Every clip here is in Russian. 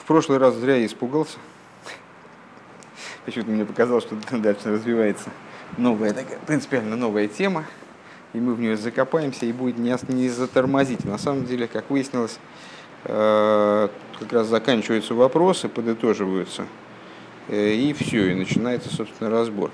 прошлый раз зря я испугался. Почему-то мне показалось, что дальше развивается новая, такая, принципиально новая тема, и мы в нее закопаемся, и будет не затормозить. На самом деле, как выяснилось, как раз заканчиваются вопросы, подытоживаются, и все, и начинается, собственно, разбор.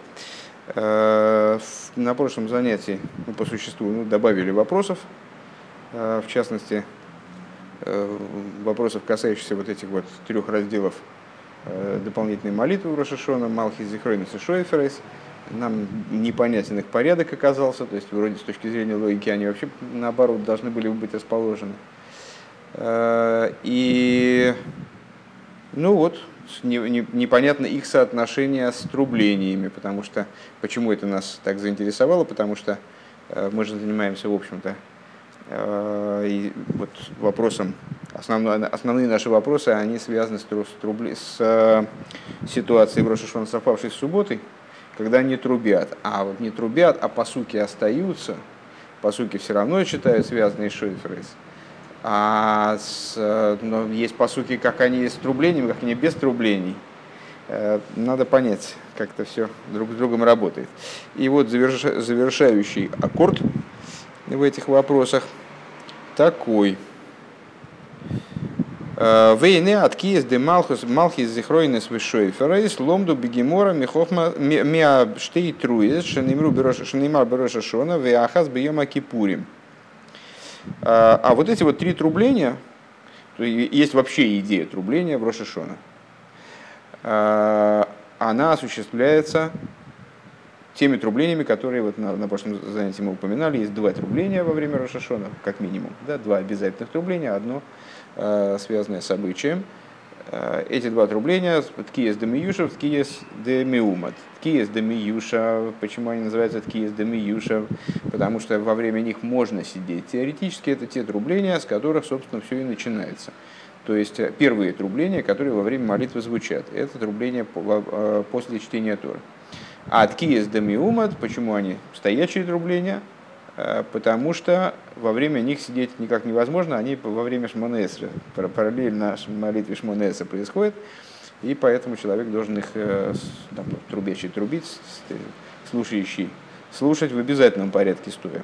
На прошлом занятии мы по существу добавили вопросов, в частности, вопросов, касающихся вот этих вот 3 разделов дополнительной молитвы в Рош ха-Шана, Малхис, Зихройнес и Шойферес. Нам непонятен их порядок оказался, то есть вроде с точки зрения логики они вообще наоборот должны были быть расположены. И ну вот, непонятно их соотношение с трублениями, потому что, почему это нас так заинтересовало, потому что мы же занимаемся, в общем-то, и вот вопросом, основные наши вопросы, они связаны с ситуацией в Рош ха-Шана, совпавшей с субботой, когда не трубят. А вот не трубят, а пасуки остаются, пасуки все равно читают связанные с шойферес. Но есть пасуки, как они с трублениями, как они без трублений. Надо понять, как это все друг с другом работает. И вот завершающий аккорд в этих вопросах такой. Вейне от киес де малхис зихройнес вишойферейс ломду бегемора михохма миа штей труес шенимар бероша шона веахас бьема кипурим. А вот эти вот 3 трубления, есть вообще идея трубления в Рош ха-Шана, она осуществляется теми трублениями, которые вот на прошлом занятии мы упоминали. Есть 2 трубления во время Рош ха-Шана, как минимум, да, 2 обязательных трубления, одно связанное с обычаем. Эти 2 трубления — ткиес де миюша, ткиес де миумат. Ткиес де миюша, почему они называются ткиес де миюша? Потому что во время них можно сидеть. Теоретически это те трубления, с которых, собственно, все и начинается. То есть первые трубления, которые во время молитвы звучат, это трубления после чтения Торы. А ткиес де миумат, почему они стоячие трубления? Потому что во время них сидеть никак невозможно, они во время Шмона-Эсры, параллельно молитве Шмона-Эсры происходит, и поэтому человек должен их, трубящий трубить, слушающий слушать в обязательном порядке стоя.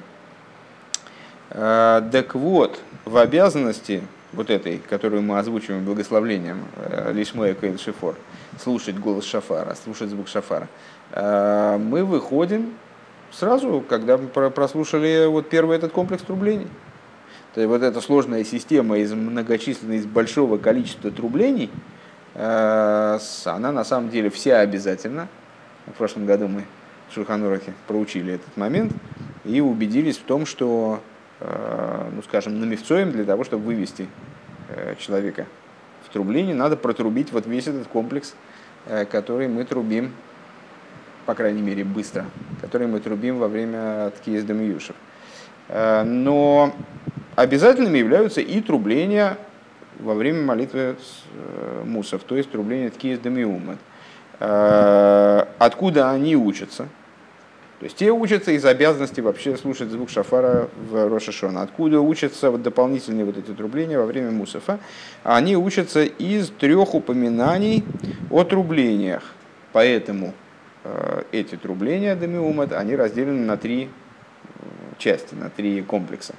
Так вот, в обязанности вот этой, которую мы озвучиваем благословлением Лишмоя Кейл Шифор, слушать голос шафара, слушать звук шафара, мы выходим сразу, когда мы прослушали вот первый этот комплекс трублений. То есть вот эта сложная система из большого количества трублений, она на самом деле вся обязательна. В прошлом году мы в Шульхан Арухе проучили этот момент и убедились в том, что, намивцоем для того, чтобы вывести человека в трубление, надо протрубить вот весь этот комплекс, который мы трубим, по крайней мере, быстро, которые мы трубим во время ткиес де миюшев. Но обязательными являются и трубления во время молитвы мусов, то есть трубления ткиес де миумат. Откуда они учатся? То есть те учатся из обязанности вообще слушать звук шафара в Рош ха-Шана. Откуда учатся вот дополнительные вот эти трубления во время мусафа? Они учатся из 3 упоминаний о трублениях. Поэтому эти трубления демиумат, они разделены на 3 части, на 3 комплекса.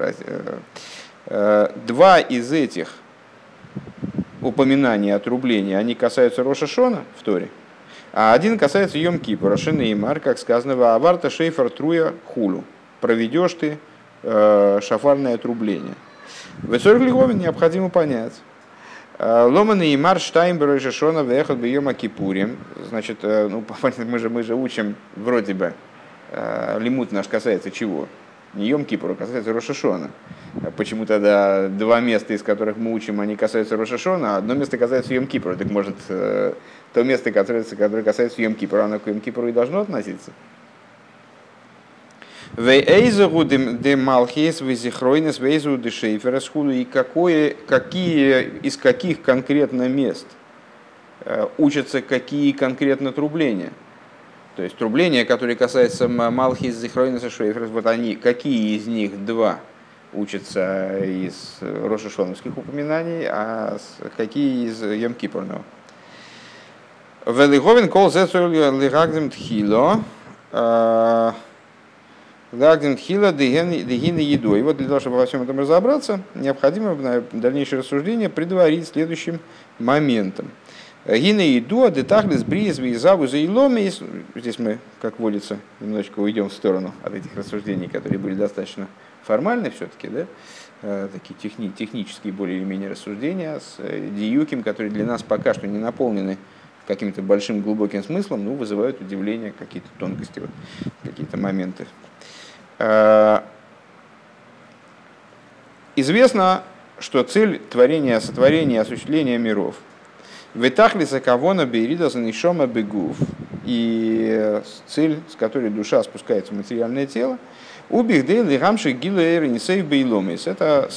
2 из этих упоминаний о трублении, они касаются Рош ха-Шана в Торе, а 1 касается Йом-Кипура, Шенеймар, как сказано, «Вааварта шейфар труя хулу», проведешь ты шафарное трубление. В Эцорг-Лиговин необходимо понять. Ломаны и Мар Штайнбер Рош ха-Шана вехот бьема Кипурим. Значит, мы же учим вроде бы, лимут наш касается чего? Не Йом-Кипура, касается Рош ха-Шана. Почему тогда 2 места, из которых мы учим, они касаются Рош ха-Шана, а 1 место касается Йом-Кипура? Так может, то место, которое касается Йом-Кипура, оно к Йом-Кипуру и должно относиться? И из каких конкретно мест учатся какие конкретно трубления? То есть трубления, которые касаются Малхис, Зихройнес и Шойферес, вот они, какие из них 2 учатся из рош ха-шоновских упоминаний, а какие из Йом-Кипурного. Велиговин кол зецу лигагдем тхило. Лагдем тхило дегины едой. И вот для того, чтобы во всем этом разобраться, необходимо на дальнейшее рассуждение предварить следующим моментом. Гина еду, детахлис, бриз, визаву, заиломи. Здесь мы, как водится, немножечко уйдем в сторону от этих рассуждений, которые были достаточно формальны все-таки, да? Такие технические более или менее рассуждения с диюким, которые для нас пока что не наполнены каким-то большим глубоким смыслом, но вызывают удивление, какие-то тонкости, вот, какие-то моменты. Известно, что цель творения, сотворения, осуществления миров витахлиса кавона бейридаса нишома бегув, и цель, с которой душа спускается в материальное тело, убихдей лигамши гилуэр нисейв бейломис, это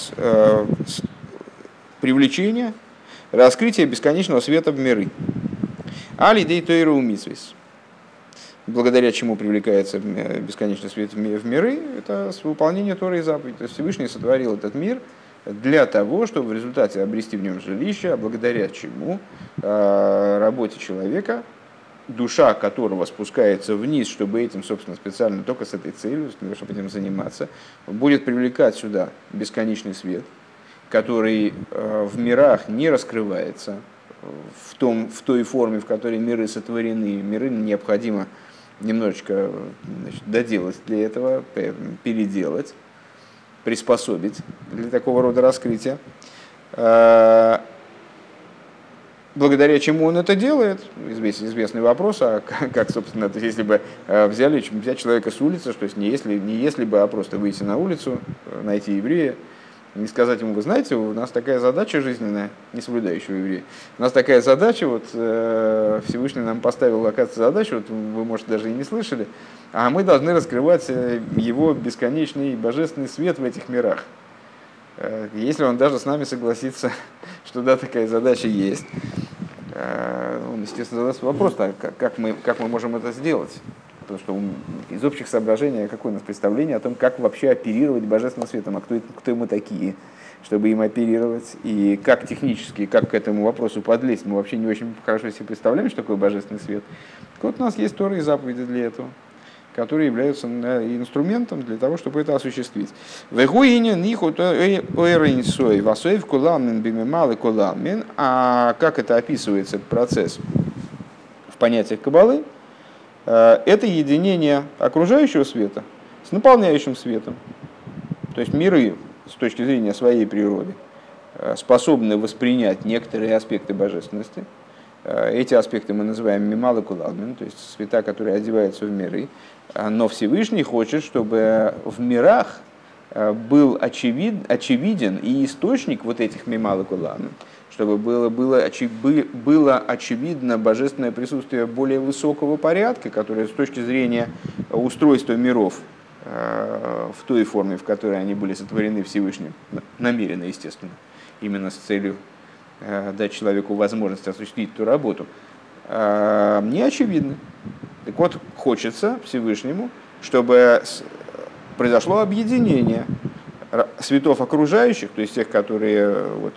привлечение, раскрытие бесконечного света в миры. Али дей тойру умисвис, благодаря чему привлекается бесконечный свет в миры, это выполнение Торы и заповедей. То есть Всевышний сотворил этот мир для того, чтобы в результате обрести в нем жилище, благодаря чему работе человека, душа которого спускается вниз, чтобы этим, собственно, специально только с этой целью, чтобы этим заниматься, будет привлекать сюда бесконечный свет, который в мирах не раскрывается в той форме, в которой миры сотворены. Миры необходимо немножечко, значит, доделать для этого, переделать, приспособить для такого рода раскрытия. Благодаря чему он это делает, известный вопрос, а как, собственно, то есть, если бы взять человека с улицы, что есть не если бы, а просто выйти на улицу, найти еврея, не сказать ему: вы знаете, у нас такая задача жизненная, не соблюдающего еврея, у нас такая задача, вот Всевышний нам поставил, оказывается, задачу, вот вы, может, даже и не слышали, а мы должны раскрывать его бесконечный божественный свет в этих мирах. Если он даже с нами согласится, что да, такая задача есть, он, естественно, задаст вопрос, как мы можем это сделать. Потому что из общих соображений, какое у нас представление о том, как вообще оперировать божественным светом, а кто мы такие, чтобы им оперировать, и как технически, как к этому вопросу подлезть, мы вообще не очень хорошо себе представляем, что такое божественный свет. Так вот, у нас есть Тора и заповеди для этого, которые являются инструментом для того, чтобы это осуществить. А как это описывается, этот процесс в понятиях Каббалы? Это единение окружающего света с наполняющим светом. То есть миры с точки зрения своей природы способны воспринять некоторые аспекты божественности. Эти аспекты мы называем мимал и куламин, то есть света, которые одеваются в миры. Но Всевышний хочет, чтобы в мирах был очевиден и источник вот этих мимал и куламин, чтобы было очевидно божественное присутствие более высокого порядка, которое с точки зрения устройства миров в той форме, в которой они были сотворены Всевышним, намеренно, естественно, именно с целью дать человеку возможность осуществить эту работу, не очевидно. Так вот, хочется Всевышнему, чтобы произошло объединение светов окружающих, то есть тех, которые вот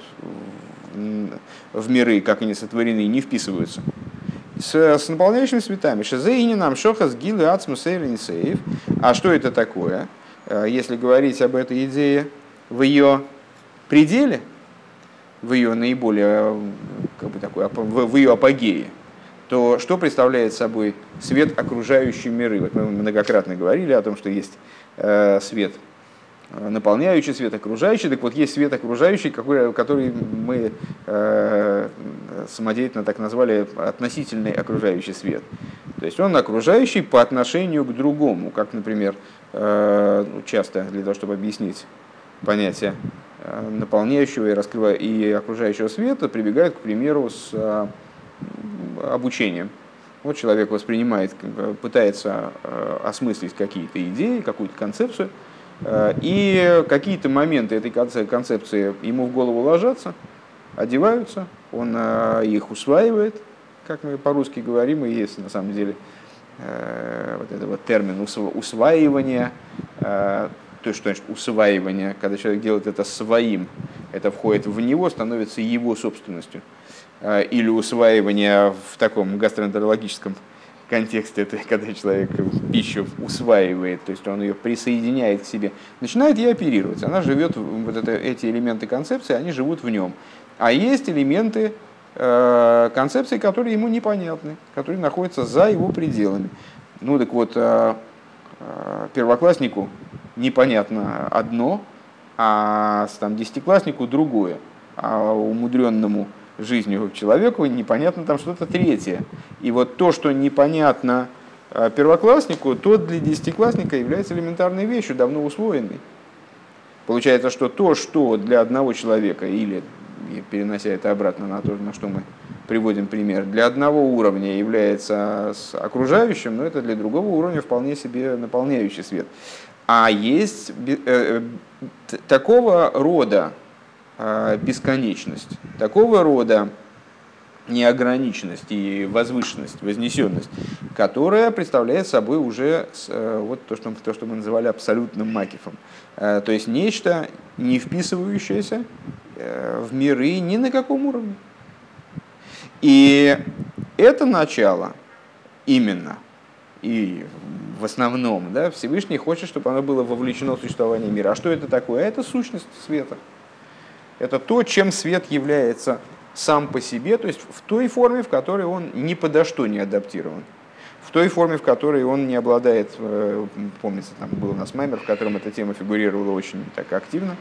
в миры, как они сотворены, не вписываются, с наполняющими светами. Шезеини нам шохас гилы ацмусейринсеев. А что это такое? Если говорить об этой идее в ее пределе, в ее наиболее, как бы такой, в ее апогее, то что представляет собой свет окружающей миры? Вот мы многократно говорили о том, что есть свет наполняющий, свет окружающий. Так вот, есть свет окружающий, который мы самодеятельно так назвали относительный окружающий свет. То есть он окружающий по отношению к другому, как, например, часто для того, чтобы объяснить понятие наполняющего и окружающего света, прибегают к примеру с обучением. Вот человек воспринимает, пытается осмыслить какие-то идеи, какую-то концепцию, и какие-то моменты этой концепции ему в голову ложатся, одеваются, он их усваивает, как мы по-русски говорим, и есть на самом деле вот этот вот термин усваивания, То есть, что значит усваивание? Когда человек делает это своим, это входит в него, становится его собственностью. Или усваивание в таком гастроэнтерологическом контексте, это когда человек пищу усваивает, то есть он ее присоединяет к себе, начинает ей оперировать. Она живет, вот эти элементы концепции, они живут в нем. А есть элементы концепции, которые ему непонятны, которые находятся за его пределами. Ну так вот, первокласснику непонятно одно, а там, десятикласснику другое, а умудренному жизнью человеку непонятно там что-то третье. И вот то, что непонятно первокласснику, то для десятиклассника является элементарной вещью, давно усвоенной. Получается, что то, что для одного человека, или перенося это обратно на то, на что мы приводим пример, для одного уровня является окружающим, но это для другого уровня вполне себе наполняющий свет. А есть такого рода бесконечность, такого рода неограниченность и возвышенность, вознесенность, которая представляет собой уже вот то, что мы называли абсолютным макифом. То есть нечто, не вписывающееся в миры ни на каком уровне. И это начало именно и в основном, да, Всевышний хочет, чтобы оно было вовлечено в существование мира. А что это такое? Это сущность света. Это то, чем свет является сам по себе, то есть в той форме, в которой он ни подо что не адаптирован. В той форме, в которой он не обладает, помнится, там был у нас маймер, в котором эта тема фигурировала очень так активно.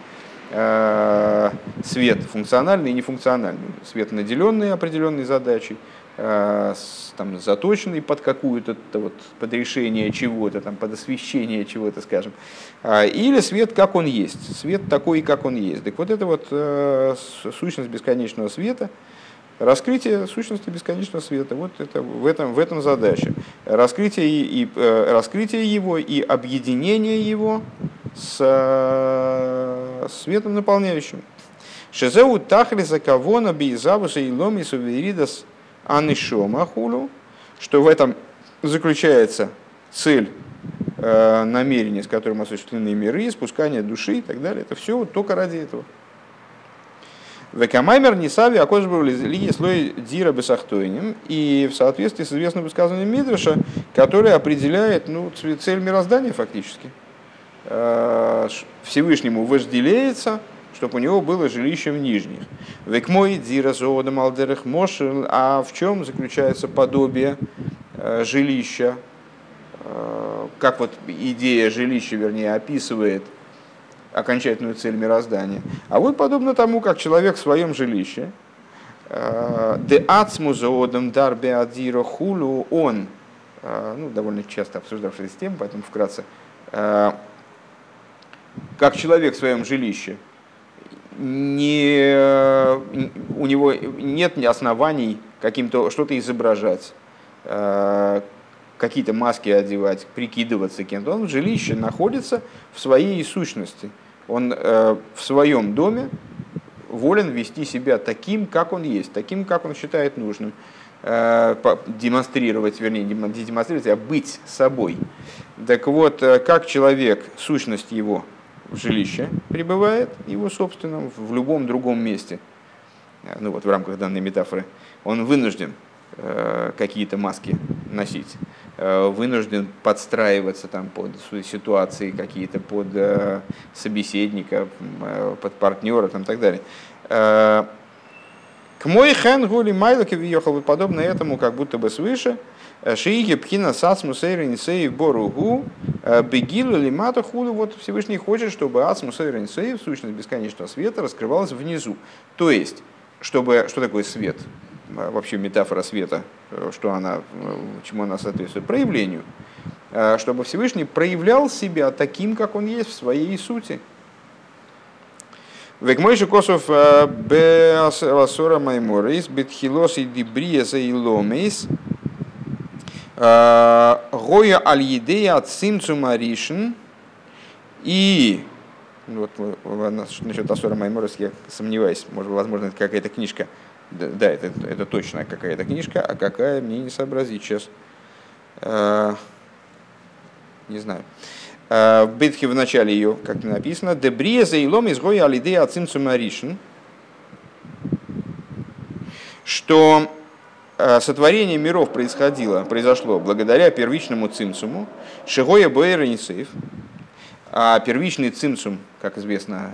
Свет функциональный и нефункциональный. Свет, наделенный определенной задачей, там, заточенный под какую-то вот, под решение чего-то, там, под освещение чего-то, скажем. Или свет, как он есть. Свет такой, как он есть. Так вот это вот сущность бесконечного света, раскрытие сущности бесконечного света, вот это, в этом задача. Раскрытие его и объединение его с светом наполняющим. Шезеу тахлиса кавона бейзавуса и ломи суверидас анишома хулу, что в этом заключается цель намерения, с которым осуществлены миры, спускание души и так далее. Это все вот только ради этого. Векамаймер нисави акошбру лиги слой дира бесахтойним, и в соответствии с известным высказыванием Мидраша, который определяет цель мироздания фактически. Всевышнему вожделеется, чтобы у него было жилище в нижних. Векмой дира зоодам алдерах мошел, а в чем заключается подобие жилища, как вот идея жилища, вернее, описывает окончательную цель мироздания. А вот подобно тому, как человек в своем жилище, де ацму зоодам дарбе адира хулу, он, довольно часто обсуждавшаяся тема, поэтому вкратце, как человек в своем жилище, у него нет оснований каким-то что-то изображать, какие-то маски одевать, прикидываться кем-то. Он в жилище находится в своей сущности. Он в своем доме волен вести себя таким, как он есть, таким, как он считает нужным. Демонстрировать, вернее, не демонстрировать, а быть собой. Так вот, как человек, сущность его в жилище пребывает, его собственном, в любом другом месте, в рамках данной метафоры, он вынужден какие-то маски носить, вынужден подстраиваться там, под свои ситуации какие-то, под собеседника, под партнера и так далее. К мой хэн гули майлоке въехал, подобно этому, как будто бы свыше, шииги пхина сасму сейренисей боругу бегилу лимата худу. Вот Всевышний хочет, чтобы асму сейренисей, сущность бесконечного света, раскрывалась внизу. То есть, что такое свет? Вообще метафора света, чему она соответствует? Проявлению. Чтобы Всевышний проявлял себя таким, как он есть в своей сути. Векмойши косов беасора майморис бетхилос и дебриеса и ломейс гоя аль-едея от симцу маришн. И вот насчет Асора Майморис я сомневаюсь, возможно, это какая-то книжка. Да, это точно какая-то книжка, а какая, мне не сообразить сейчас. Не знаю. В Битхе в начале ее, как написано, «Дебрия заилом изгой алидея ацимцум аришн», что сотворение миров произошло благодаря первичному цимсуму, шигоя боэра нисейф, а первичный цимсум, как известно,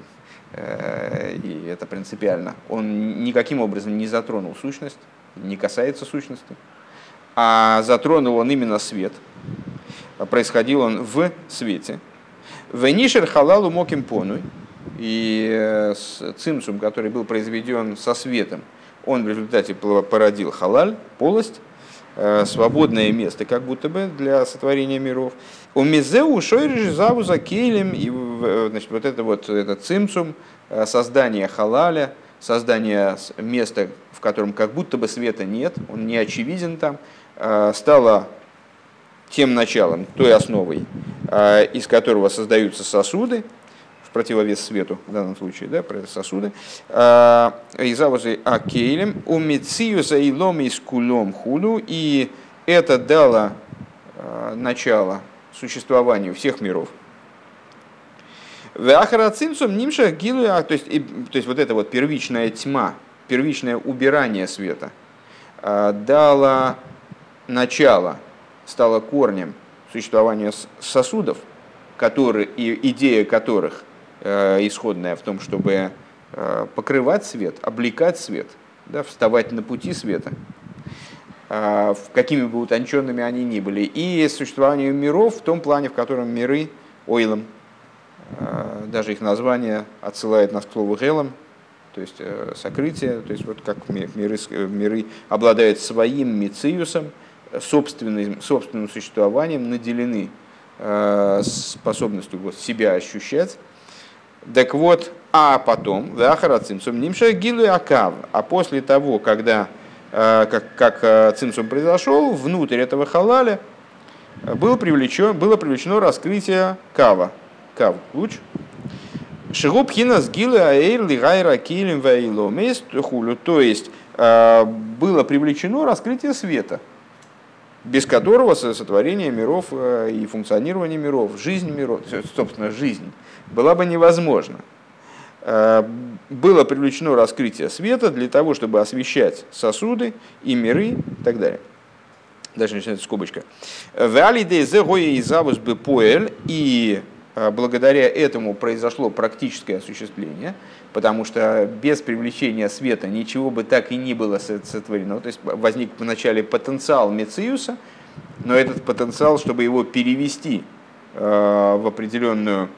и это принципиально, он никаким образом не затронул сущность, не касается сущности, а затронул он именно свет. Происходил он в свете. Венишер халалу моким понуй, и цимсум, который был произведен со светом, он в результате породил халаль, полость, свободное место, как будто бы для сотворения миров. У мизеу шойриш завуза кейлем, и значит, вот это вот этот цимсум, создание халаля, создание места, в котором как будто бы света нет, он не очевиден там, стало тем началом, той основой, из которого создаются сосуды, в противовес свету в данном случае, да, про сосуды, изавозы акейлем, умициюса и ломи с кулем худу, и это дало начало существованию всех миров. Веахарацимсум нимша гилуя, то есть вот эта вот первичная тьма, первичное убирание света дало начало, стало корнем существования сосудов, идея которых исходная в том, чтобы покрывать свет, облекать свет, да, вставать на пути света, какими бы утонченными они ни были, и существование миров в том плане, в котором миры ойлом, даже их название отсылает нас к слову гелом, то есть сокрытие, то есть вот как миры обладают своим мециусом, собственным существованием, наделены способностью себя ощущать. Так вот, а потом, а после того, когда как цимсум произошел, внутрь этого халаля было привлечено раскрытие кава. Кав, луч. Шигубхина с гилы аэйр лигайра килим ваиломес хулю. То есть было привлечено раскрытие света, без которого сотворение миров и функционирование миров, жизнь миров, собственно, жизнь, была бы невозможна. Было привлечено раскрытие света для того, чтобы освещать сосуды и миры и так далее. Дальше начинается скобочка. И благодаря этому произошло практическое осуществление, потому что без привлечения света ничего бы так и не было сотворено. То есть возник вначале потенциал мециуса, но этот потенциал, чтобы его перевести в определенную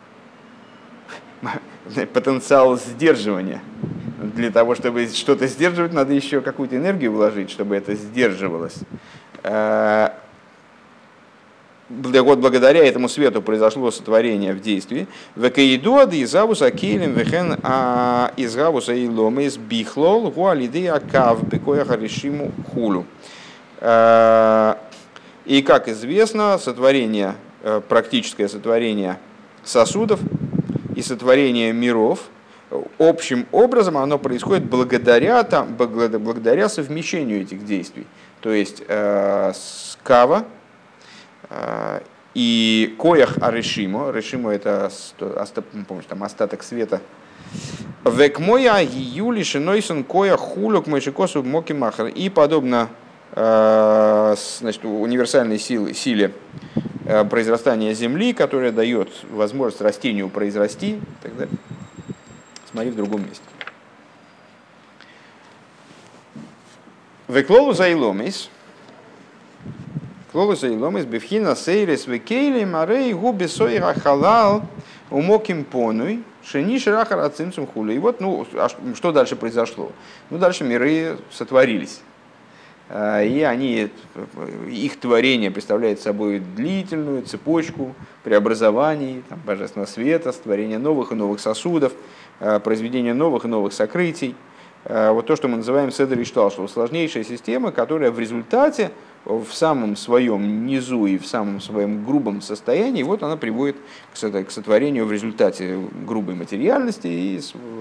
потенциал сдерживания, для того, чтобы что-то сдерживать, надо еще какую-то энергию вложить, чтобы это сдерживалось. Благодаря этому свету произошло сотворение в действии. Векаидуады изавуса кейлем вехен изавуса и ломес бихлол гуалиды акав бекояха решиму хулу. И как известно, практическое сотворение сосудов и сотворение миров общим образом оно происходит благодаря совмещению этих действий. То есть кава и коях арешимо. Решимо — это помнишь, там остаток света. Век моя юли шинойсон коя хулок мойшикосу моки махар. И подобно значит, универсальной силе произрастания земли, которая дает возможность растению произрасти и так далее. Смотри в другом месте. Веклолу заиломис. Клолу заиломис бифхина сейрес векейли марей губи сойра халал умоким понуй шениш рахар ацимцум хули. И вот, что дальше произошло? Дальше миры сотворились. И их творение представляет собой длительную цепочку преобразований, божественного света, творения новых и новых сосудов, произведения новых и новых сокрытий. Вот то, что мы называем седер и шталшл, сложнейшая система, которая в результате, в самом своем низу и в самом своем грубом состоянии, вот она приводит к сотворению в результате грубой материальности и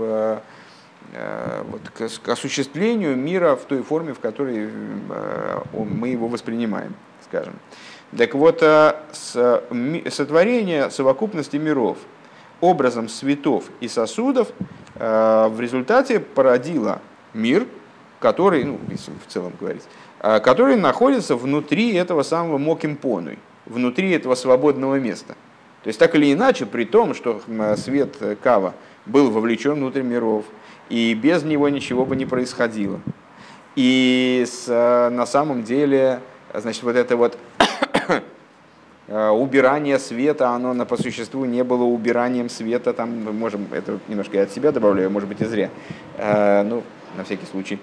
к осуществлению мира в той форме, в которой мы его воспринимаем, скажем. Так вот, сотворение совокупности миров образом светов и сосудов в результате породило мир, который, ну, если в целом говорить, который находится внутри этого самого мокимпонуй, внутри этого свободного места. То есть так или иначе, при том, что свет Кава был вовлечен внутрь миров, и без него ничего бы не происходило. И на самом деле, значит, вот это вот убирание света, оно по существу не было убиранием света, там мы можем, это немножко я от себя добавляю, может быть и зря, ну, на всякий случай,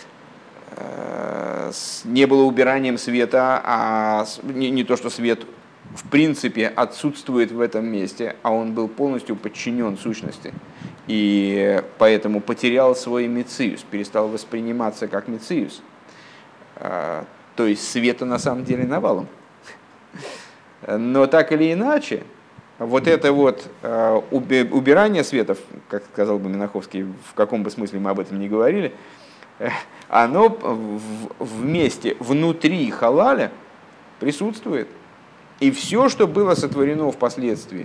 не было убиранием света, а не то, что свет в принципе отсутствует в этом месте, а он был полностью подчинен сущности, и поэтому потерял свой мециус, перестал восприниматься как мециус, то есть света на самом деле навалом. Но так или иначе, вот это вот убирание света, как сказал бы Минаховский, в каком бы смысле мы об этом ни говорили, оно вместе, внутри халаля присутствует. И все, что было сотворено впоследствии,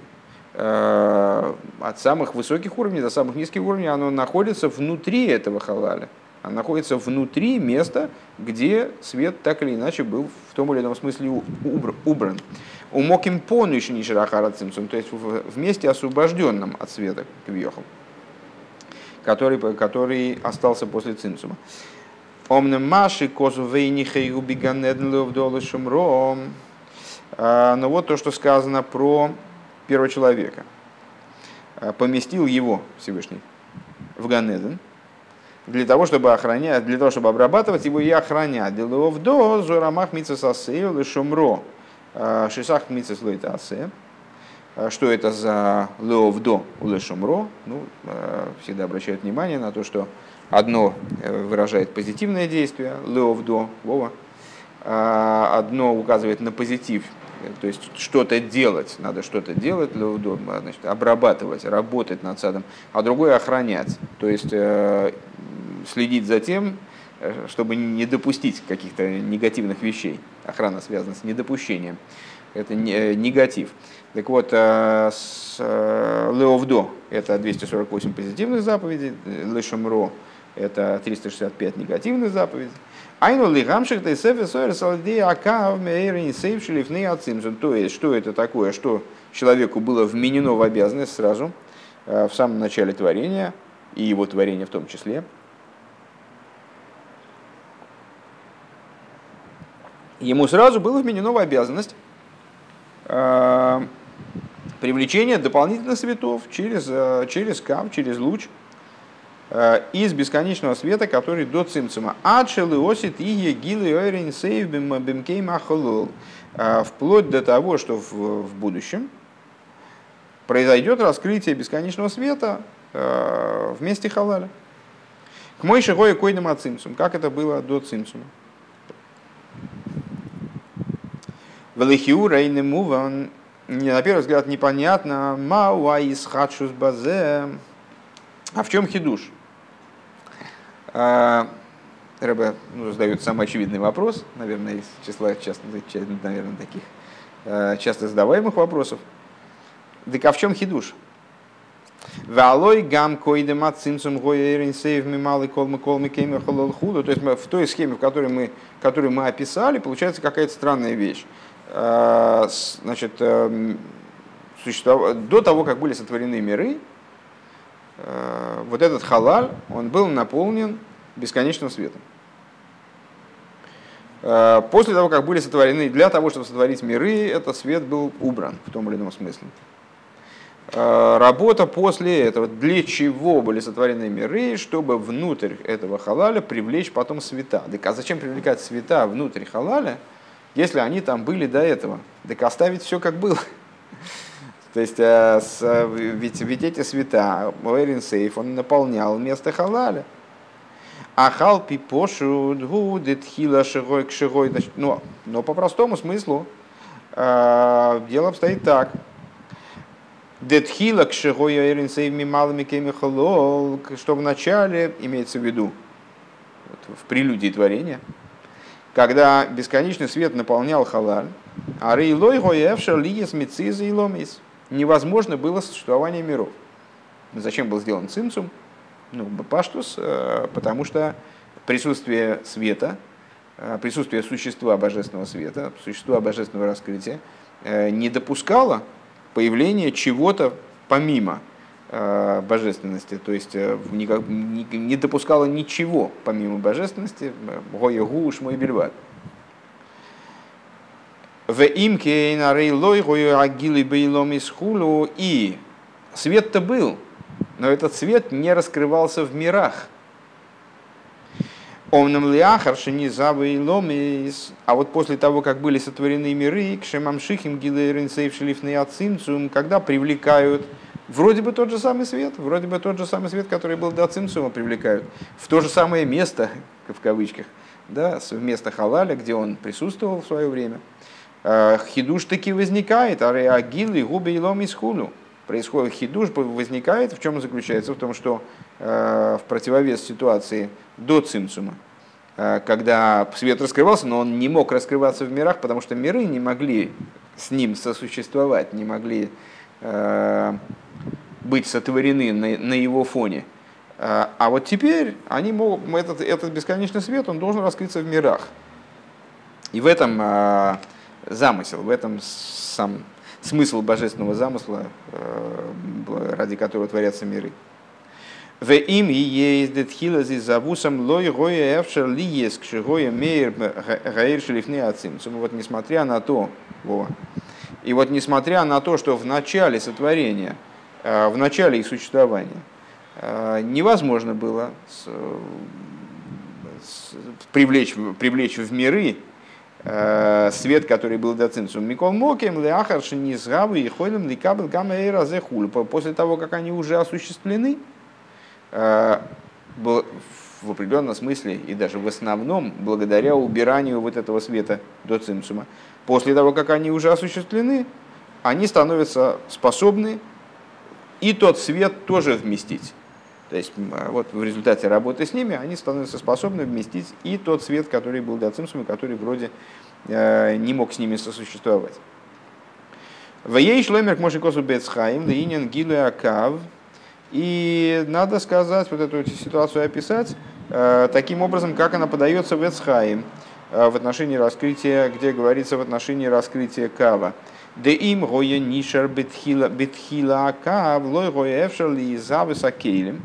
от самых высоких уровней до самых низких уровней, оно находится внутри этого халаля. Оно находится внутри места, где свет так или иначе был в том или ином смысле убран. У мокимпону еще не ширахара цимцум, то есть в месте освобожденном от света, квьехал, который остался после цимцума. Омнем маши козу вейнихей убиганеднлев долы шумром. Но вот то, что сказано про первого человека. Поместил его Всевышний в Ганеден для того, чтобы охранять, для того, чтобы обрабатывать его и охранять. Деловдо зорамах мицесасею лешумро шисах мицеслойтасе. Что это за леовдо у лешумро? Ну, всегда обращают внимание на то, что одно выражает позитивное действие, леовдо, Вова, одно указывает на позитив, то есть что-то делать, надо что-то делать, значит, обрабатывать, работать над садом, а другое охранять, то есть следить за тем, чтобы не допустить каких-то негативных вещей. Охрана связана с недопущением, это негатив. Так вот, с Леовдо это 248 позитивных заповедей, Лешумро это 365 негативных заповедей. Айну лигамших тейсефе сойер салдей акав мейрин сейв шлифней ацимзун. То есть, что это такое, что человеку было вменено в обязанность сразу, в самом начале творения, и его творения в том числе. Ему сразу было вменено в обязанность привлечения дополнительных светов через кав, через луч, из бесконечного света, который до цимцума. Вплоть до того, что в будущем произойдет раскрытие бесконечного света в месте халаля. К мойши гоя койдам от цимцум, как это было до цимцума. Велихиу рейны муван, на первый взгляд непонятно, мауа из хадшус базе. А в чем хидуш? Рэбе задает самый очевидный вопрос, наверное, из числа таких часто задаваемых вопросов. Так а в чем хидуш? То есть в той схеме, которую мы описали, получается какая-то странная вещь. Значит, до того, как были сотворены миры, вот этот халаль, он был наполнен бесконечным светом. После того, как были сотворены, для того, чтобы сотворить миры, этот свет был убран в том или ином смысле. Работа после этого, для чего были сотворены миры, чтобы внутрь этого халаля привлечь потом света. Так а зачем привлекать света внутрь халаля, если они там были до этого? Так оставить все как было. То есть, ведь эти света, Эйрин Сейф, он наполнял место халаля. А халпи пошу гудит хила шигой к шигой. Но по простому смыслу дело обстоит так. Детхила к шигой Эйрин Сейф мималами кемихолол, что в начале, имеется в виду, в прелюдии творения, когда бесконечный свет наполнял халаль, А рейлой гоевша лиес мициза и ломис. Невозможно было существование миров. Зачем был сделан цимцум? Ну, паштус, потому что присутствие света, присутствие существа божественного света, существа божественного раскрытия не допускало появления чего-то помимо божественности, то есть не допускало ничего помимо божественности, гоя гуш мой бельват. В имке на рейлой гою агилы бейлом из хулу, и свет-то был, но этот свет не раскрывался в мирах. Омнам лиахар шенизавы и ломис. А вот после того, как были сотворены миры, к шемамшихим гилейрин сейвшелифный ацимцум, когда привлекают вроде бы тот же самый свет, который был до цимцума, привлекают в то же самое место, в кавычках, да, вместо халаля, где он присутствовал в свое время. Хидуш таки возникает, а реагил и губы и ломис хулю. Происходит хидуш, возникает, в чем заключается? В том, что в противовес ситуации до цимцума, когда свет раскрывался, но он не мог раскрываться в мирах, потому что миры не могли с ним сосуществовать, не могли быть сотворены на его фоне. А вот теперь они могут, этот бесконечный свет, он должен раскрыться в мирах. И в этом замысел, в этом сам смысл божественного замысла, ради которого творятся миры. В им ездит хилази завусом лой гоя эвшер лиес кшигоя мейр гаир шелифны ацимцум. Вот несмотря на то, что в начале сотворения, в начале их существования невозможно было привлечь в миры свет, который был до цимцум. Микол мокем леахар шенизгавы и ходим ликабл гамма эйра зехуль. После того, как они уже осуществлены, в определенном смысле и даже в основном благодаря убиранию вот этого света до цимцума. После того, как они уже осуществлены, они становятся способны и тот свет тоже вместить. То есть вот в результате работы с ними они становятся способны вместить и тот свет, который был до цимцума, который вроде не мог с ними сосуществовать. Ваей шломер к мошикосу бецхаим линен гилу акав. И надо сказать, вот эту ситуацию описать таким образом, как она подается в Эцхаим в отношении раскрытия, где говорится в отношении раскрытия кава. Де им гоя нишар бетхила кав лой гоя эвшер ли завы сакейлем.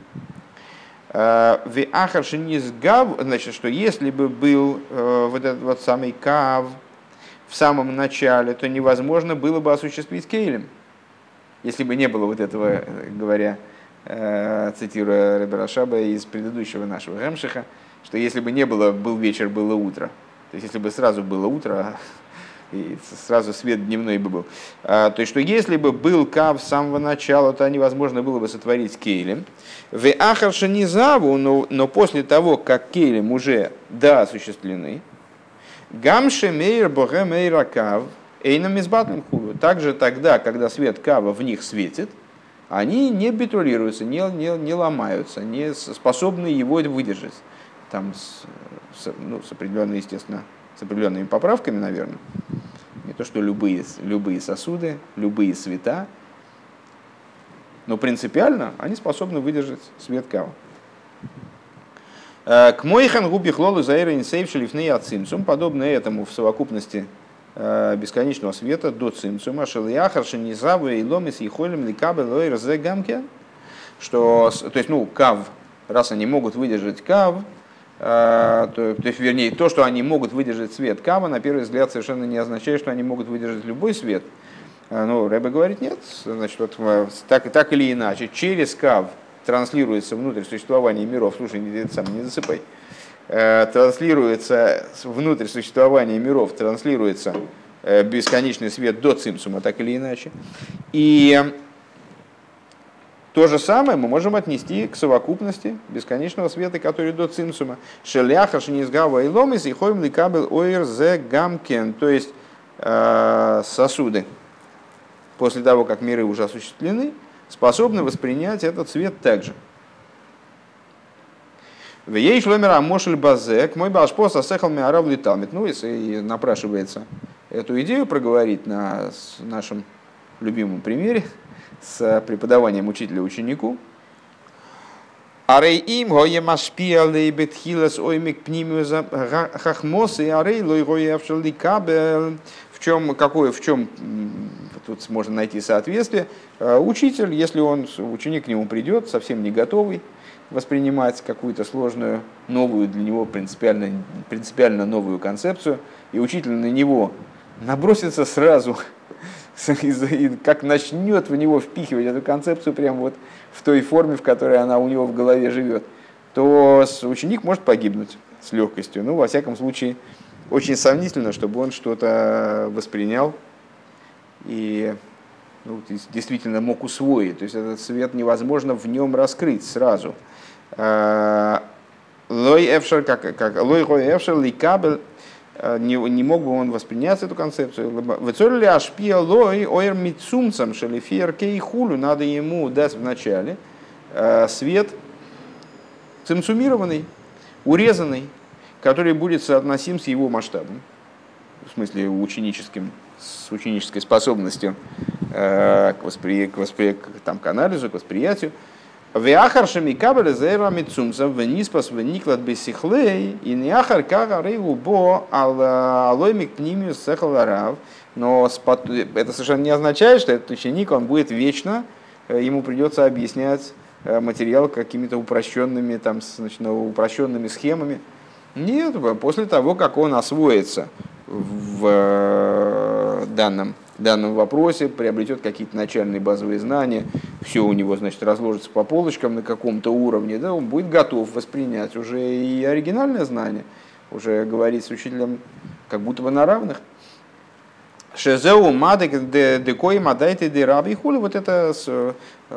В ахаршиниз гав, значит, что если бы был вот этот вот самый кав в самом начале, то невозможно было бы осуществить кейлем. Если бы не было вот этого, говоря, цитируя Ребе Рашаба из предыдущего нашего Гемшиха, что если бы не было, был вечер, было утро. То есть, если бы сразу было утро, и сразу свет дневной бы был. То есть, что если бы был кав с самого начала, то невозможно было бы сотворить кейлем. В ахаршанизаву, но после того, как кейлем уже осуществлены, гамше мейр боге мейра кав, эйнам избатлим хулу. Также тогда, когда свет кава в них светит, они не битулируются, не ломаются, не способны его выдержать. Там с определенной, естественно, с определенными поправками, наверное. Не то, что любые сосуды, любые света, но принципиально они способны выдержать свет кава. К моихан губи хлолу заэра инсейв шелифней ацимцум, подобно этому в совокупности бесконечного света до цимцума, шелияхар шенизавы и ломис и холим ликабе лойр зе гамке, что, то есть, кав, раз они могут выдержать кав, то есть, вернее, то, что они могут выдержать свет кава, на первый взгляд совершенно не означает, что они могут выдержать любой свет. Но Ребе говорит, нет, значит, вот так или иначе, через кав транслируется внутрь существования миров, слушай, не засыпай, транслируется внутрь существования миров, транслируется бесконечный свет до цимцума, так или иначе. И то же самое мы можем отнести к совокупности бесконечного света, который до цимцума. Шеляха шенизгава и ломис и хоим ликабел ойр зе гамкен, то есть сосуды, после того, как миры уже осуществлены, способны воспринять этот свет также. В ей шломер амошель базек, мой башпос асехал миарав литалмит. Ну, и напрашивается эту идею проговорить на нашем любимом примере с преподаванием учителя ученику. Арей им гое машпиалей бетхилас оймик пнимиуза хахмос и арей лой гое авшалли кабель. В чем тут можно найти соответствие? Учитель, если ученик к нему придет, совсем не готовый воспринимать какую-то сложную, новую для него принципиально новую концепцию, и учитель на него набросится сразу, как начнет в него впихивать эту концепцию прямо вот в той форме, в которой она у него в голове живет, то ученик может погибнуть с легкостью. Ну, во всяком случае, очень сомнительно, чтобы он что-то воспринял и действительно мог усвоить. То есть этот свет невозможно в нем раскрыть сразу. Лой эфшер, лой эфшер ликабель, не мог бы он воспринять эту концепцию. Вецорли ашпия лой ойр митсумцам шелифер кейхулю, надо ему дать вначале свет цимсумированный, урезанный, который будет соотносим с его масштабом, в смысле с ученической способностью к анализу, к восприятию. Веахаршами кабель зейра митсумцам вниспас вниклад бесихлей и неахар кага рейву бо алоймик пнимиус сехаларав. Но это совершенно не означает, что этот ученик он будет вечно, ему придется объяснять материал какими-то упрощенными схемами. Нет, после того, как он освоится в данном вопросе, приобретет какие-то начальные базовые знания, все у него, значит, разложится по полочкам на каком-то уровне, да, он будет готов воспринять уже и оригинальное знание, уже говорить с учителем как будто бы на равных. Шезеу мадек декой мадайте де раби хули, вот это что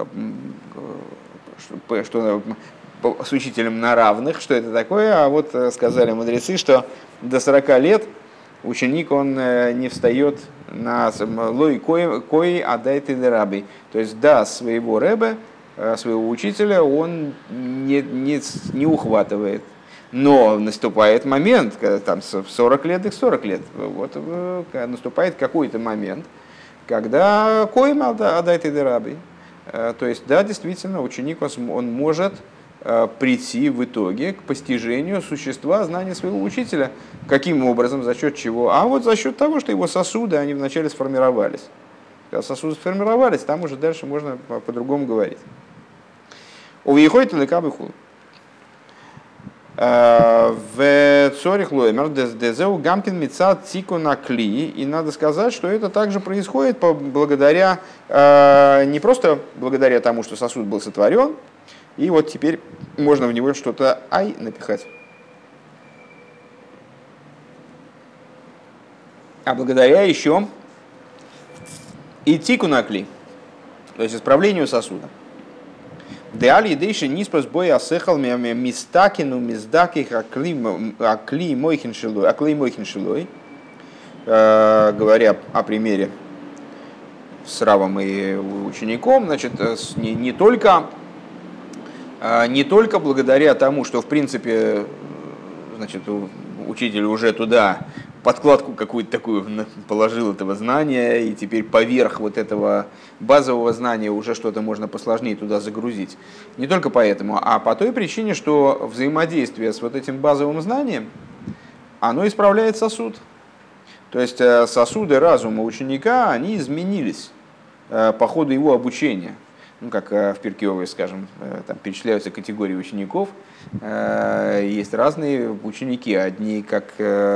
с учителем на равных, что это такое, а вот сказали мудрецы, что до 40 лет ученик он не встает на лой кои адайте де раби, то есть до своего ребе, своего учителя он не ухватывает. Но наступает момент, когда там в 40 лет, их 40 лет, вот наступает какой-то момент, когда коим адайте де раби, то есть да, действительно ученик он может прийти в итоге к постижению существа знания своего учителя. Каким образом, за счет чего? А вот за счет того, что его сосуды, они вначале сформировались. Когда сосуды сформировались, там уже дальше можно по-другому говорить. Увиходит лекабыху. В цорих лоймер дезеу гамкин мицат цику на кли. И надо сказать, что это также происходит благодаря, не просто благодаря тому, что сосуд был сотворен, и вот теперь можно в него что-то напихать. А благодаря еще и тику на кли, то есть исправлению сосуда. Деали дейши ниспас боя асехал мистакину миздаких акли мойхиншилой, говоря о примере с Равом и учеником, значит, не только благодаря тому, что в принципе, значит, учитель уже туда подкладку какую-то такую положил этого знания, и теперь поверх вот этого базового знания уже что-то можно посложнее туда загрузить. Не только поэтому, а по той причине, что взаимодействие с вот этим базовым знанием, оно исправляет сосуд. То есть сосуды разума ученика, они изменились по ходу его обучения. Ну, как в Пиркей Авот, скажем, там перечисляются категории учеников. Есть разные ученики. Одни как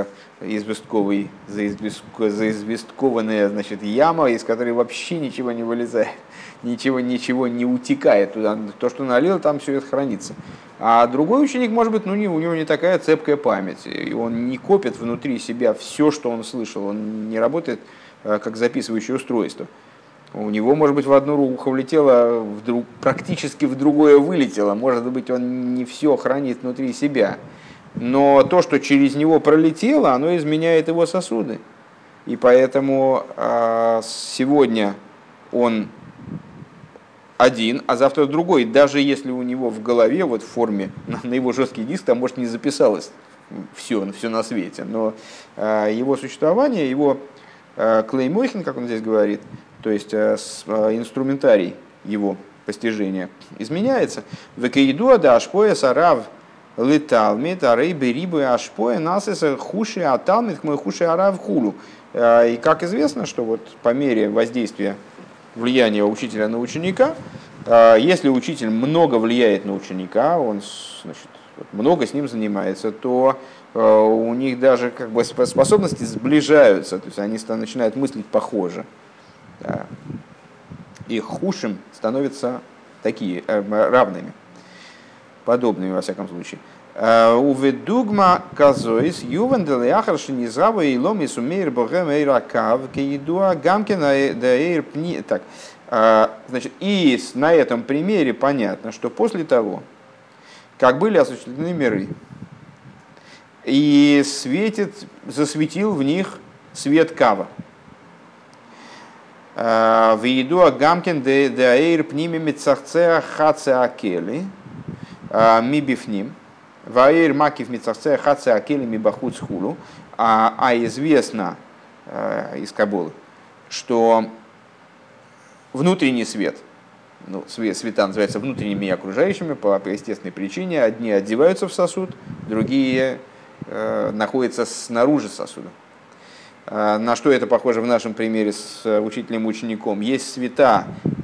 заизвесткованная, значит, яма, из которой вообще ничего не вылезает, ничего не утекает туда. То, что налил, там все это хранится. А другой ученик, может быть, у него не такая цепкая память. И он не копит внутри себя все, что он слышал. Он не работает как записывающее устройство. У него, может быть, в одну руку влетело, практически в другое вылетело. Может быть, он не все хранит внутри себя. Но то, что через него пролетело, оно изменяет его сосуды. И поэтому сегодня он один, а завтра другой. Даже если у него в голове, вот в форме, на его жесткий диск, там, может, не записалось все на свете. Но его существование, его клеймойхин, как он здесь говорит, то есть инструментарий его постижения изменяется. Векаидуа да ашпоя сарав леталмит, арей берибы ашпоя насеса хуши аталмит к мой хуши арав хулу. И как известно, что вот по мере воздействия влияния учителя на ученика, если учитель много влияет на ученика, он, значит, много с ним занимается, то у них даже как бы способности сближаются, то есть они начинают мыслить похоже. Их хушим становятся такие равными, подобными во всяком случае. Уведугма казоис ювендел яхарши низава и ломи сумеир богем эйракав кеидуа гамкина даэйр пни. Так, значит, и на этом примере понятно, что после того, как были осуществлены миры, и засветил в них свет кава. Вейдуа гамкин даэйр пними мицахцеа хацеа кели мибифним. Ваэйр макив мицахцеа хацеа кели мибахуц хулу. А известно из Кабулы, что внутренний свет, ну, света называются внутренними и окружающими по естественной причине. Одни одеваются в сосуд, другие находятся снаружи сосуда. На что это похоже в нашем примере с учителем и учеником? Есть света,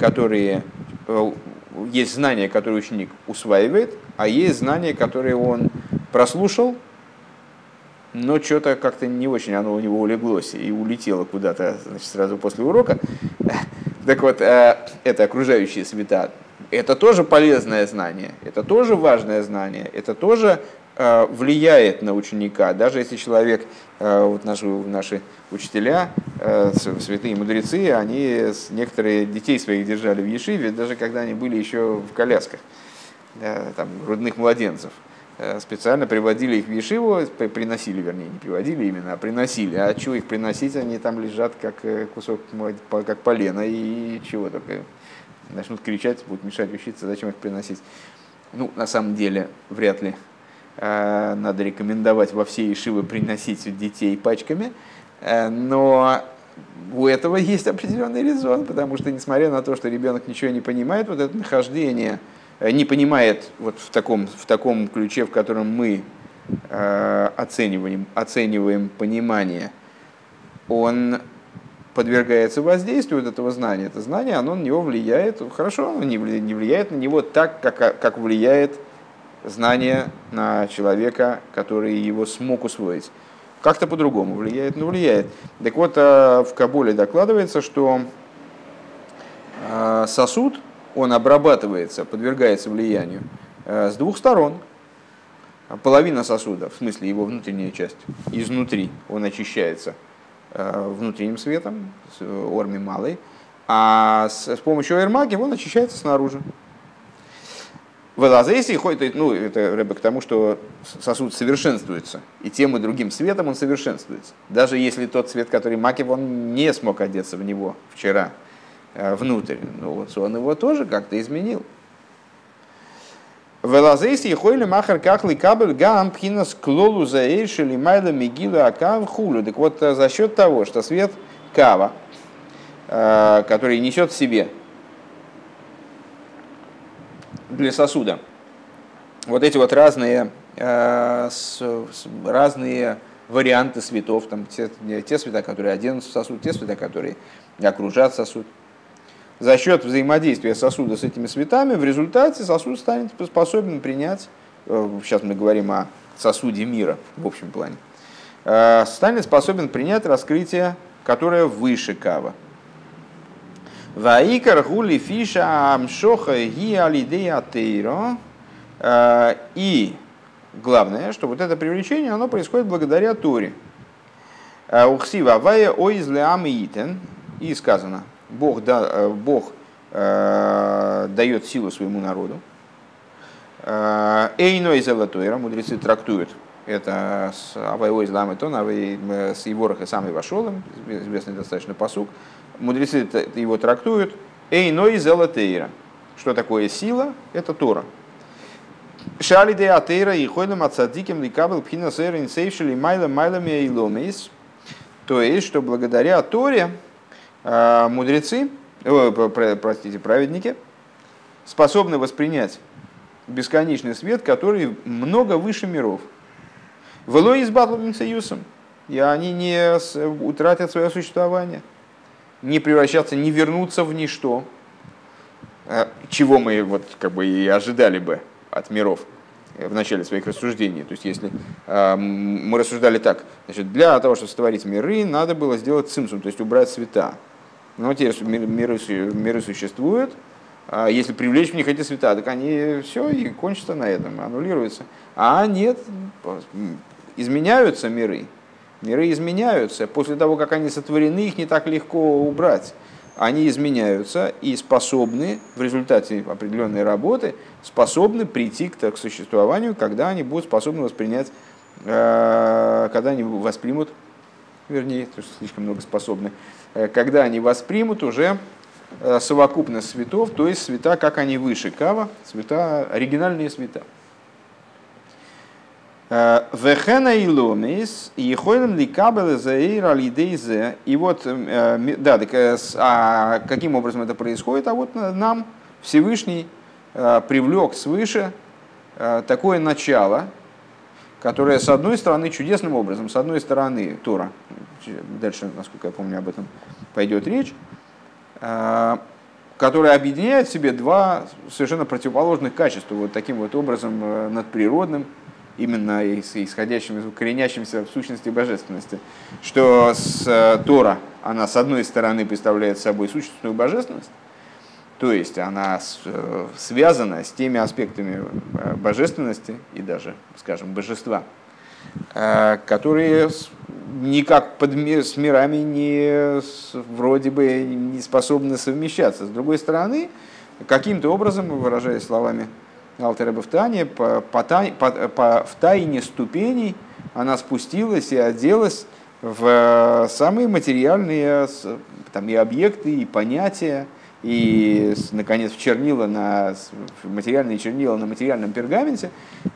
есть знания, которые ученик усваивает, а есть знания, которые он прослушал, но что-то как-то не очень оно у него улеглось и улетело куда-то, значит, сразу после урока. Так вот, это окружающие света. Это тоже полезное знание, это тоже важное знание, это тоже влияет на ученика. Даже если человек, вот наши учителя, святые мудрецы, они некоторые детей своих держали в ешиве, даже когда они были еще в колясках, там, грудных младенцев. Специально приводили их в ешиву, приносили, вернее, не приводили именно, а приносили. А чего их приносить, они там лежат как кусок, как полено, и чего только. Начнут кричать, будут мешать учиться, зачем их приносить. Ну, на самом деле, вряд ли надо рекомендовать во все ешивы приносить детей пачками, но у этого есть определенный резон, потому что, несмотря на то, что ребенок ничего не понимает, вот это нахождение, не понимает вот в таком ключе, в котором мы оцениваем понимание, он подвергается воздействию вот этого знания. Это знание, оно на него влияет, хорошо, оно не влияет на него так, как влияет знание на человека, который его смог усвоить. Как-то по-другому влияет, но влияет. Так вот, в Кабуле докладывается, что сосуд, он обрабатывается, подвергается влиянию с двух сторон. Половина сосуда, в смысле его внутренняя часть, изнутри он очищается внутренним светом, с орми малой, а с помощью эрмаки он очищается снаружи. В Элазейсе ходит, ну, это Рэбе к тому, что сосуд совершенствуется, и тем и другим светом он совершенствуется. Даже если тот свет, который макив, он не смог одеться в него вчера внутрь, но вот он его тоже как-то изменил. В Элазейсе ходили махар кахли кабель гам пхинас клолу заэйшили майла мигила акав хулю. Так вот, за счет того, что свет кава, который несет в себе для сосуда вот эти вот разные варианты светов, там, те света, которые оденут в сосуд, те света, которые окружат сосуд. За счет взаимодействия сосуда с этими светами в результате сосуд станет способен принять, сейчас мы говорим о сосуде мира в общем плане, станет способен принять раскрытие, которое выше кава. Ваикар гули фиша амшоха ги алидея тейро. И главное, что вот это привлечение, оно происходит благодаря Торе. Ухсива вая оизле амиитен. И сказано, Бог дает силу своему народу. Эйной золотойра, мудрецы трактуют это с авай оизле амитон, авай с Ивороха самый вошелым, известный достаточно пасук. Мудрецы его трактуют «Эйной зелатейра». Что такое сила? Это Тора. «Шали де атейра и хойлем ацадикем ликабел пхина сэрин сейвшили майла майлами эйломейс». То есть, что благодаря Торе мудрецы, простите, праведники, способны воспринять бесконечный свет, который много выше миров. Вело из союзом, и они не утратят свое существование, не превращаться, не вернуться в ничто, чего мы вот как бы и ожидали бы от миров в начале своих рассуждений. То есть, если мы рассуждали так, значит, для того, чтобы сотворить миры, надо было сделать цимсум, то есть убрать света. Но теперь миры существуют, а если привлечь в них эти света, так они все и кончатся на этом, аннулируются. А нет, изменяются миры. Миры изменяются. После того, как они сотворены, их не так легко убрать. Они изменяются и способны, в результате определенной работы, способны прийти к существованию, когда они будут способны воспринять, когда они воспримут, вернее, то есть слишком много способны, когда они воспримут уже совокупность светов, то есть света, как они выше кава, света, оригинальные света. Вехена и ломис, и хойлем ли кабелы заэйр алидейзе. И вот, да, так, каким образом это происходит? А вот нам Всевышний привлек свыше такое начало, которое, с одной стороны, чудесным образом, с одной стороны, Тора, дальше, насколько я помню, об этом пойдет речь, которое объединяет в себе два совершенно противоположных качества, вот таким вот образом надприродным, именно исходящим, коренящимся в сущности божественности, что Тора, она с одной стороны представляет собой сущностную божественность, то есть она связана с теми аспектами божественности и даже, скажем, божества, которые никак с мирами вроде бы не способны совмещаться. С другой стороны, каким-то образом, выражаясь словами Алтер Ребе в Тане, в тайне ступеней она спустилась и оделась в самые материальные там, и объекты, и понятия, и, наконец, в материальные чернила на материальном пергаменте.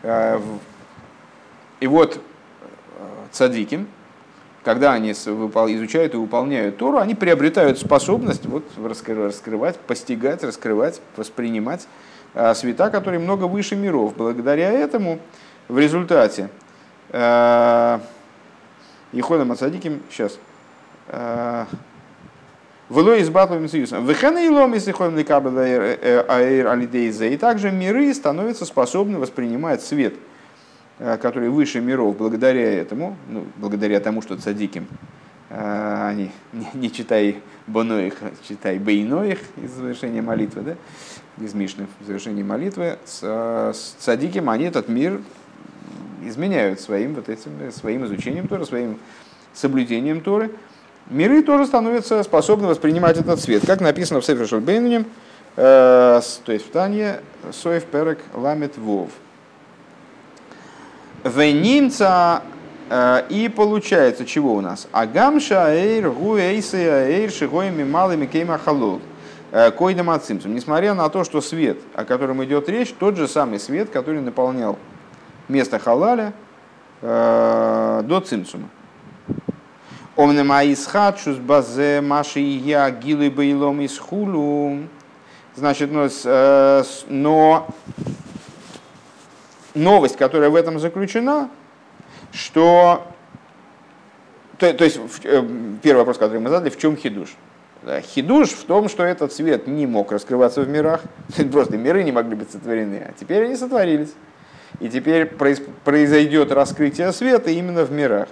И вот цадики, когда они изучают и выполняют Тору, они приобретают способность вот, раскрывать, постигать, раскрывать, воспринимать света, которые много выше миров. Благодаря этому в результате Иходом Ацадиким сейчас Влой из Батловым Союзом. Выхана и лом, если ходим лекабел аэр алидейзе. И также миры становятся способны воспринимать свет, который выше миров, благодаря этому, ну, благодаря тому, что цадиким, они, не читай боноих, читай бейноих из завершения молитвы, да? Из Мишны в завершении молитвы, с цадиким они этот мир изменяют своим изучением Торы, своим соблюдением Торы. Миры тоже становятся способны воспринимать этот свет, как написано в Сефер Шель Бейнуним, то есть в Тане, Соев Перек Ламет Вов. Вейнимца, и получается, чего у нас? Агамша эйр гуэйсы эйр шигоями малыми кейма халол. Койдам ацимцум. Несмотря на то, что свет, о котором идет речь, тот же самый свет, который наполнял место халаля до цимцума. Омнемаисхадшус базе маши я гилы бейлом из хулу. Значит, но новость, которая в этом заключена, что... То есть, первый вопрос, который мы задали, в чем хидуш? Хидуш в том, что этот свет не мог раскрываться в мирах, просто миры не могли быть сотворены, а теперь они сотворились. И теперь произойдет раскрытие света именно в мирах.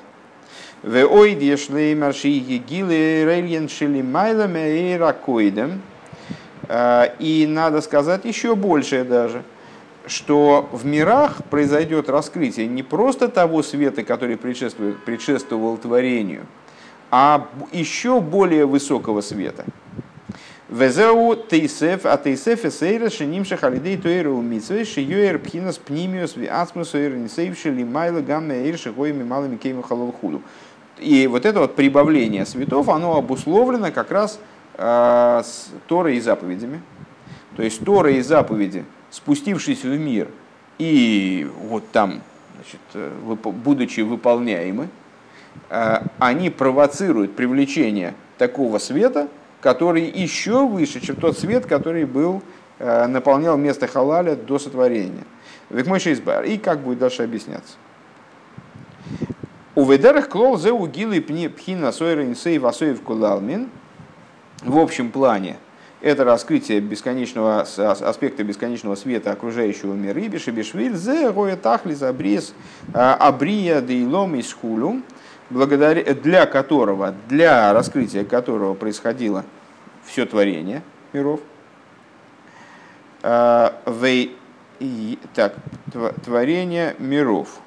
И надо сказать еще большее даже, что в мирах произойдет раскрытие не просто того света, который предшествовал творению, а еще более высокого света. Везеу тейсеф, а тейсеф эсейра шинимшах алидей туэра умитсвей шиюэр пхинас пнимиус ви ацмус уэр нисейвши лимайла гамме эйр шигоями малыми кейму халол худу. И вот это вот прибавление светов, оно обусловлено как раз с Торой и заповедями. То есть Тора и заповеди, спустившись в мир и вот там, значит, будучи выполняемы, они провоцируют привлечение такого света, который еще выше, чем тот свет, который был, наполнял место халаля до сотворения. И как будет дальше объясняться? У ведерах клол зе угилы пхина сойрин сей васоев кулалмин. В общем плане это раскрытие бесконечного аспекта бесконечного света окружающего мира. И бешебешвиль зе роя тахлис абрис абрия дейлом из хулю, для которого, для раскрытия которого происходило все творение миров. Так, творение миров.